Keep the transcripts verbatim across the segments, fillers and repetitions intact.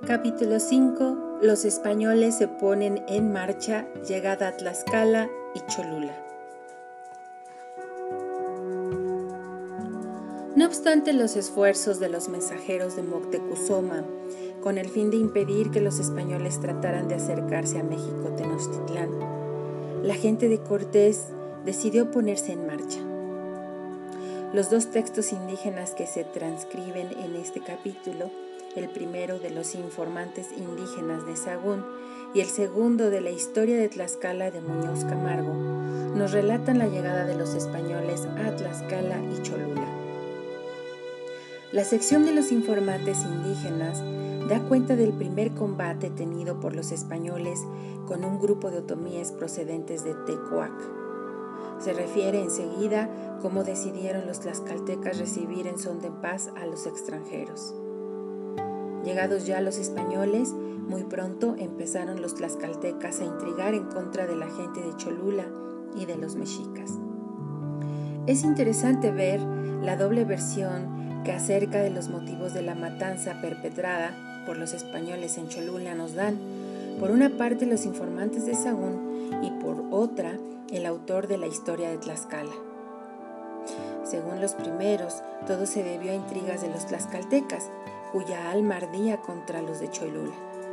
Capítulo cinco. Los españoles se ponen en marcha, llegada a Tlaxcala y Cholula. No obstante los esfuerzos de los mensajeros de Moctezuma, con el fin de impedir que los españoles trataran de acercarse a México Tenochtitlán, la gente de Cortés decidió ponerse en marcha. Los dos textos indígenas que se transcriben en este capítulo, el primero de los informantes indígenas de Sahagún y el segundo de la historia de Tlaxcala de Muñoz Camargo, nos relatan la llegada de los españoles a Tlaxcala y Cholula. La sección de los informantes indígenas da cuenta del primer combate tenido por los españoles con un grupo de otomíes procedentes de Tecuac. Se refiere enseguida cómo decidieron los tlaxcaltecas recibir en son de paz a los extranjeros. Llegados ya los españoles, muy pronto empezaron los tlaxcaltecas a intrigar en contra de la gente de Cholula y de los mexicas. Es interesante ver la doble versión que acerca de los motivos de la matanza perpetrada por los españoles en Cholula nos dan, por una parte los informantes de Sahagún y por otra el autor de la historia de Tlaxcala. Según los primeros, todo se debió a intrigas de los tlaxcaltecas, cuya alma ardía contra los de Cholula.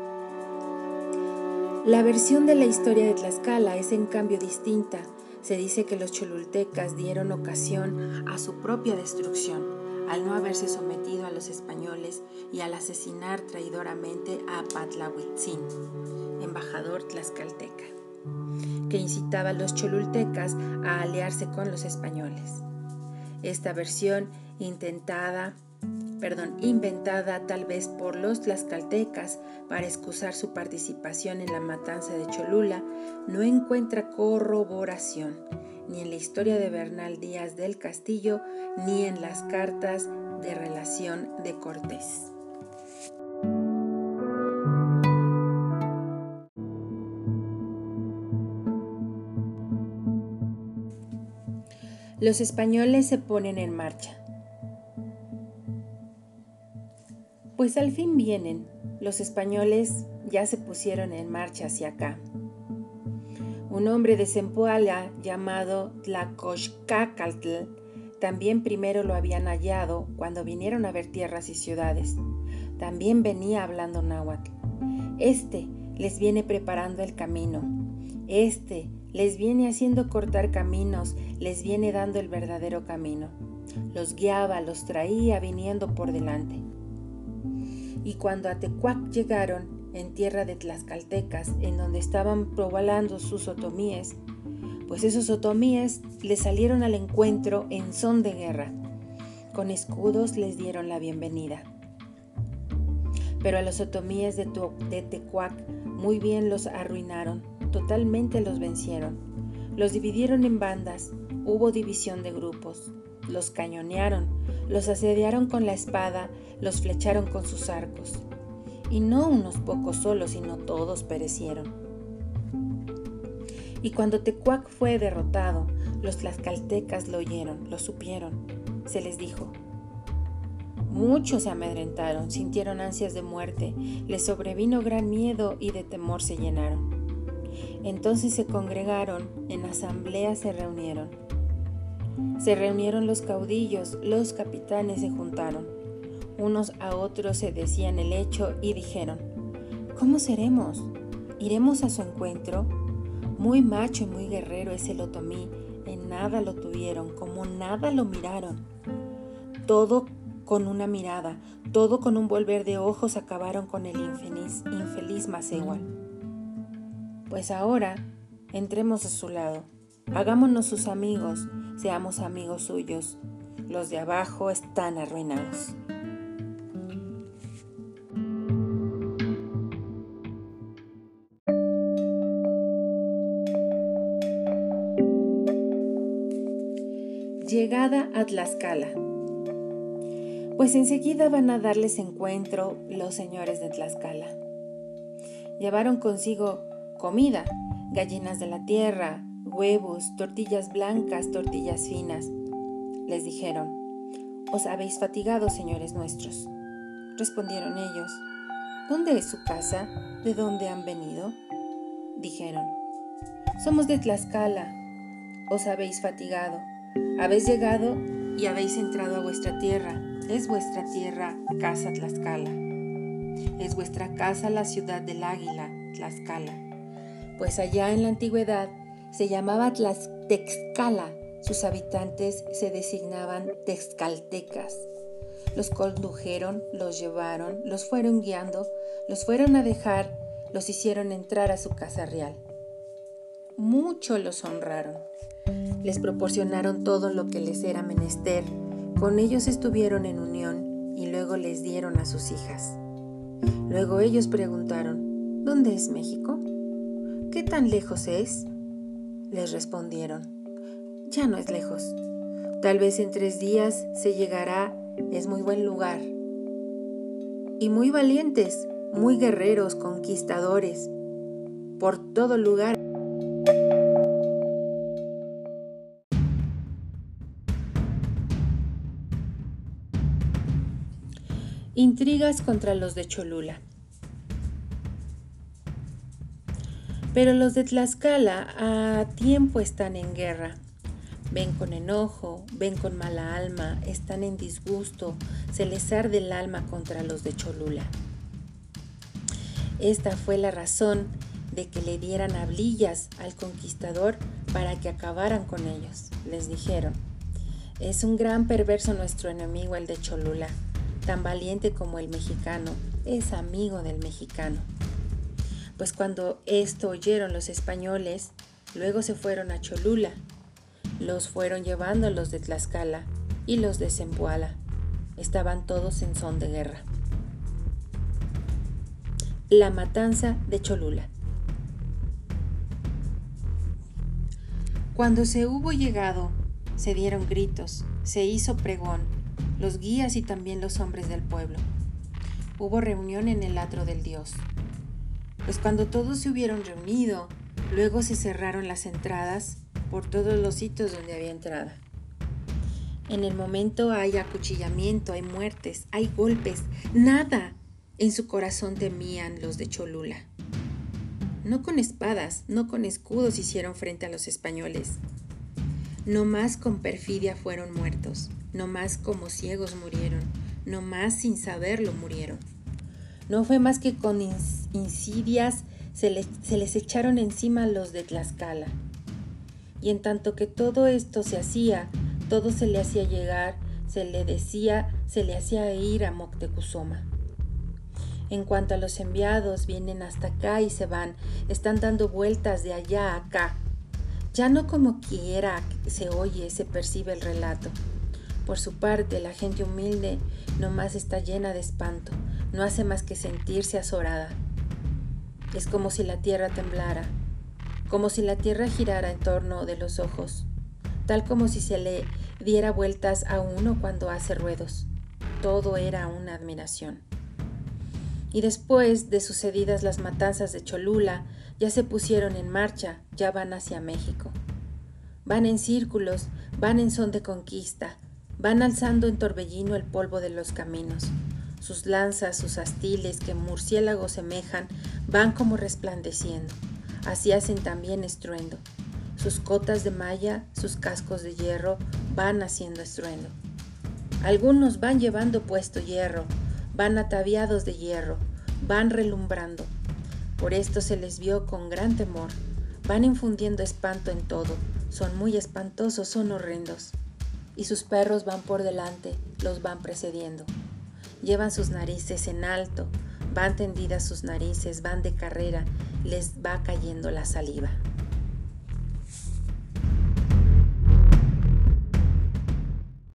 La versión de la historia de Tlaxcala es en cambio distinta. Se dice que los cholultecas dieron ocasión a su propia destrucción, al no haberse sometido a los españoles y al asesinar traidoramente a Patlahuitzin, embajador tlaxcalteca, que incitaba a los cholultecas a aliarse con los españoles. Esta versión intentada Perdón, inventada tal vez por los tlaxcaltecas para excusar su participación en la matanza de Cholula, no encuentra corroboración ni en la historia de Bernal Díaz del Castillo ni en las cartas de relación de Cortés. Los españoles se ponen en marcha. Pues al fin vienen, los españoles ya se pusieron en marcha hacia acá. Un hombre de Zempoala llamado Tlacoxcacatl también primero lo habían hallado cuando vinieron a ver tierras y ciudades. También venía hablando náhuatl. Este les viene preparando el camino. Este les viene haciendo cortar caminos, les viene dando el verdadero camino. Los guiaba, los traía viniendo por delante. Y cuando a Tecuac llegaron, en tierra de tlaxcaltecas, en donde estaban poblando sus otomíes, pues esos otomíes les salieron al encuentro en son de guerra. Con escudos les dieron la bienvenida. Pero a los otomíes de, de Tecuac muy bien los arruinaron, totalmente los vencieron. Los dividieron en bandas, hubo división de grupos. Los cañonearon, los asediaron con la espada, los flecharon con sus arcos. Y no unos pocos solos, sino todos perecieron. Y cuando Tecuac fue derrotado, los tlaxcaltecas lo oyeron, lo supieron. Se les dijo. Muchos se amedrentaron, sintieron ansias de muerte, les sobrevino gran miedo y de temor se llenaron. Entonces se congregaron, en asamblea se reunieron. Se reunieron los caudillos, los capitanes se juntaron. Unos a otros se decían el hecho y dijeron: ¿cómo seremos? ¿Iremos a su encuentro? Muy macho y muy guerrero es el otomí, en nada lo tuvieron, como nada lo miraron. Todo con una mirada, todo con un volver de ojos acabaron con el infeliz, infeliz Macehual. Pues ahora, entremos a su lado, hagámonos sus amigos, seamos amigos suyos. Los de abajo están arruinados. Llegada a Tlaxcala. Pues enseguida van a darles encuentro los señores de Tlaxcala. Llevaron consigo comida, gallinas de la tierra, huevos, tortillas blancas, tortillas finas. Les dijeron: ¿os habéis fatigado, señores nuestros? Respondieron ellos: ¿Dónde es su casa? ¿De dónde han venido? Dijeron: somos de Tlaxcala. Os habéis fatigado, habéis llegado y habéis entrado a vuestra tierra. Es vuestra tierra casa Tlaxcala. Es vuestra casa la ciudad del águila, Tlaxcala. Pues allá en la antigüedad se llamaba Tlaxcala. Sus habitantes se designaban texcaltecas. Los condujeron, los llevaron, los fueron guiando, los fueron a dejar, los hicieron entrar a su casa real. Mucho los honraron. Les proporcionaron todo lo que les era menester. Con ellos estuvieron en unión y luego les dieron a sus hijas. Luego ellos preguntaron: ¿dónde es México? ¿Qué tan lejos es? Les respondieron: ya no es lejos. Tal vez en tres días se llegará. Es muy buen lugar. Y muy valientes, muy guerreros, conquistadores. Por todo lugar. Intrigas contra los de Cholula. Pero los de Tlaxcala a tiempo están en guerra. Ven con enojo, ven con mala alma, están en disgusto, se les arde el alma contra los de Cholula. Esta fue la razón de que le dieran hablillas al conquistador para que acabaran con ellos. Les dijeron: es un gran perverso nuestro enemigo el de Cholula, tan valiente como el mexicano, es amigo del mexicano. Pues cuando esto oyeron los españoles, luego se fueron a Cholula. Los fueron llevando los de Tlaxcala y los de Zempoala. Estaban todos en son de guerra. La matanza de Cholula. Cuando se hubo llegado, se dieron gritos, se hizo pregón, los guías y también los hombres del pueblo. Hubo reunión en el atro del dios. Pues cuando todos se hubieron reunido, luego se cerraron las entradas por todos los sitios donde había entrada. En el momento hay acuchillamiento, hay muertes, hay golpes, nada. En su corazón temían los de Cholula. No con espadas, no con escudos hicieron frente a los españoles. No más con perfidia fueron muertos, no más como ciegos murieron, no más sin saberlo murieron. No fue más que con ins- insidias se les, se les echaron encima los de Tlaxcala. Y en tanto que todo esto se hacía, todo se le hacía llegar, se le decía, se le hacía ir a Moctezuma. En cuanto a los enviados, vienen hasta acá y se van, están dando vueltas de allá a acá. Ya no como quiera se oye, se percibe el relato. Por su parte, la gente humilde nomás está llena de espanto, no hace más que sentirse azorada. Es como si la tierra temblara, como si la tierra girara en torno de los ojos, tal como si se le diera vueltas a uno cuando hace ruedos. Todo era una admiración. Y después de sucedidas las matanzas de Cholula, ya se pusieron en marcha, ya van hacia México. Van en círculos, van en son de conquista, van alzando en torbellino el polvo de los caminos. Sus lanzas, sus astiles, que murciélagos semejan, van como resplandeciendo. Así hacen también estruendo. Sus cotas de malla, sus cascos de hierro, van haciendo estruendo. Algunos van llevando puesto hierro, van ataviados de hierro, van relumbrando. Por esto se les vio con gran temor. Van infundiendo espanto en todo, son muy espantosos, son horrendos. Y sus perros van por delante, los van precediendo. Llevan sus narices en alto, van tendidas sus narices, van de carrera, les va cayendo la saliva.